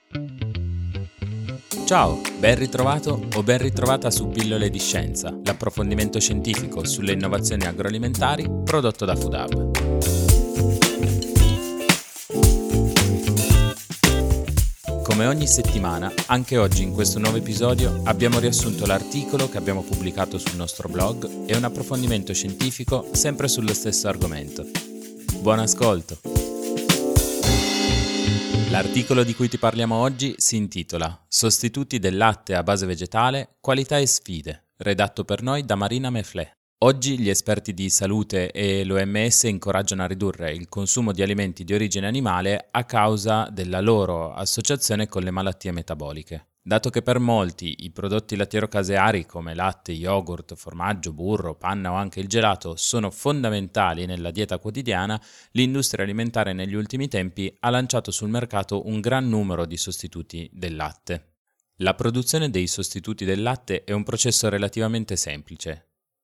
Ciao, ben ritrovato o ben ritrovata su Pillole di Scienza, l'approfondimento scientifico sulle innovazioni agroalimentari prodotto da Food Hub. Come ogni settimana, anche oggi in questo nuovo episodio abbiamo riassunto l'articolo che abbiamo pubblicato sul nostro blog e un approfondimento scientifico sempre sullo stesso argomento. Buon ascolto! L'articolo di cui ti parliamo oggi si intitola Sostituti del latte a base vegetale, qualità e sfide, redatto per noi da Marina Meflé. Oggi gli esperti di salute e l'OMS incoraggiano a ridurre il consumo di alimenti di origine animale a causa della loro associazione con le malattie metaboliche. Dato che per molti i prodotti lattiero-caseari come latte, yogurt, formaggio, burro, panna o anche il gelato sono fondamentali nella dieta quotidiana, l'industria alimentare negli ultimi tempi ha lanciato sul mercato un gran numero di sostituti del latte. La produzione dei sostituti del latte è un processo relativamente semplice.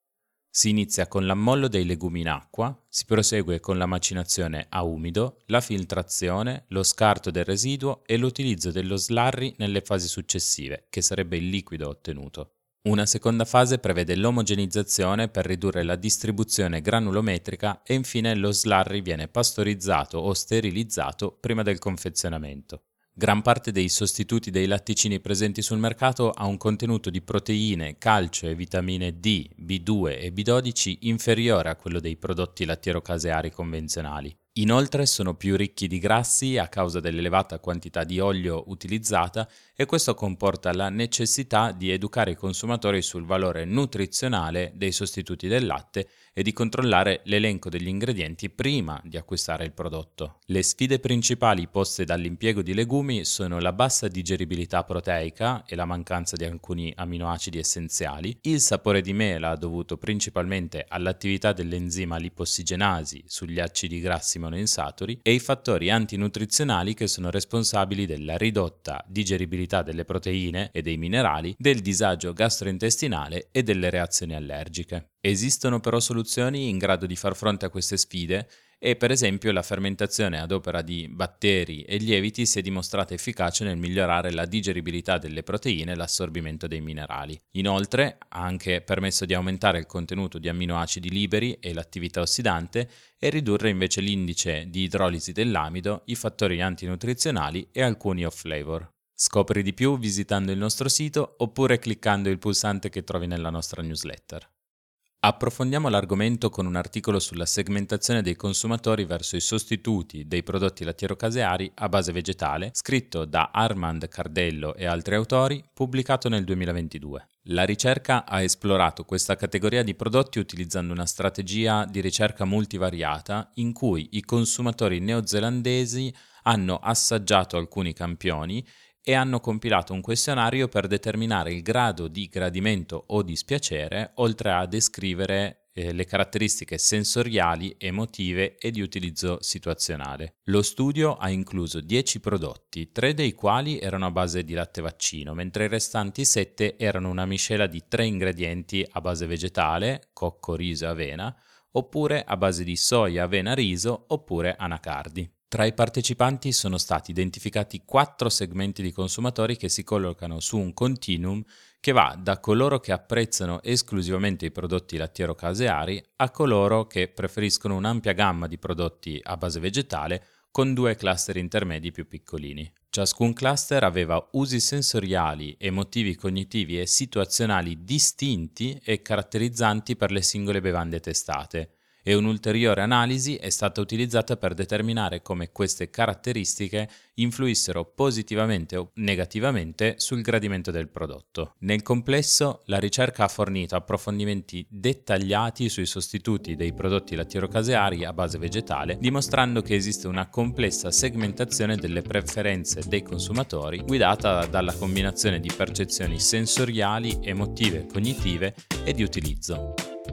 Si inizia con l'ammollo dei legumi in acqua, si prosegue con la macinazione a umido, la filtrazione, lo scarto del residuo e l'utilizzo dello slurry nelle fasi successive, che sarebbe il liquido ottenuto. Una seconda fase prevede l'omogenizzazione per ridurre la distribuzione granulometrica e infine lo slurry viene pastorizzato o sterilizzato prima del confezionamento. Gran parte dei sostituti dei latticini presenti sul mercato ha un contenuto di proteine, calcio e vitamine D, B2 e B12 inferiore a quello dei prodotti lattiero-caseari convenzionali. Inoltre sono più ricchi di grassi a causa dell'elevata quantità di olio utilizzata e questo comporta la necessità di educare i consumatori sul valore nutrizionale dei sostituti del latte e di controllare l'elenco degli ingredienti prima di acquistare il prodotto. Le sfide principali poste dall'impiego di legumi sono la bassa digeribilità proteica e la mancanza di alcuni aminoacidi essenziali, il sapore di mela dovuto principalmente all'attività dell'enzima lipossigenasi sugli acidi grassi monoinsaturi e i fattori antinutrizionali che sono responsabili della ridotta digeribilità delle proteine e dei minerali, del disagio gastrointestinale e delle reazioni allergiche. Esistono però soluzioni in grado di far fronte a queste sfide e per esempio la fermentazione ad opera di batteri e lieviti si è dimostrata efficace nel migliorare la digeribilità delle proteine e l'assorbimento dei minerali. Inoltre ha anche permesso di aumentare il contenuto di amminoacidi liberi e l'attività ossidante e ridurre invece l'indice di idrolisi dell'amido, i fattori antinutrizionali e alcuni off-flavor. Scopri di più visitando il nostro sito oppure cliccando il pulsante che trovi nella nostra newsletter. Approfondiamo l'argomento con un articolo sulla segmentazione dei consumatori verso i sostituti dei prodotti lattiero-caseari a base vegetale, scritto da Armand Cardello e altri autori, pubblicato nel 2022. La ricerca ha esplorato questa categoria di prodotti utilizzando una strategia di ricerca multivariata in cui i consumatori neozelandesi hanno assaggiato alcuni campioni e hanno compilato un questionario per determinare il grado di gradimento o dispiacere, oltre a descrivere le caratteristiche sensoriali, emotive e di utilizzo situazionale. Lo studio ha incluso 10 prodotti, 3 dei quali erano a base di latte vaccino, mentre i restanti 7 erano una miscela di 3 ingredienti a base vegetale, cocco, riso e avena, oppure a base di soia, avena, riso, oppure anacardi. Tra i partecipanti sono stati identificati 4 segmenti di consumatori che si collocano su un continuum che va da coloro che apprezzano esclusivamente i prodotti lattiero-caseari a coloro che preferiscono un'ampia gamma di prodotti a base vegetale con 2 cluster intermedi più piccolini. Ciascun cluster aveva usi sensoriali, emotivi, cognitivi e situazionali distinti e caratterizzanti per le singole bevande testate. E un'ulteriore analisi è stata utilizzata per determinare come queste caratteristiche influissero positivamente o negativamente sul gradimento del prodotto. Nel complesso, la ricerca ha fornito approfondimenti dettagliati sui sostituti dei prodotti lattiero-caseari a base vegetale, dimostrando che esiste una complessa segmentazione delle preferenze dei consumatori, guidata dalla combinazione di percezioni sensoriali, emotive, cognitive e di utilizzo.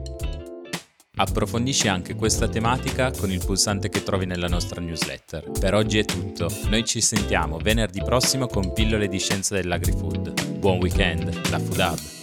Approfondisci anche questa tematica con il pulsante che trovi nella nostra newsletter. Per oggi è tutto, noi ci sentiamo venerdì prossimo con Pillole di Scienza dell'Agri-Food. Buon weekend da Food Hub!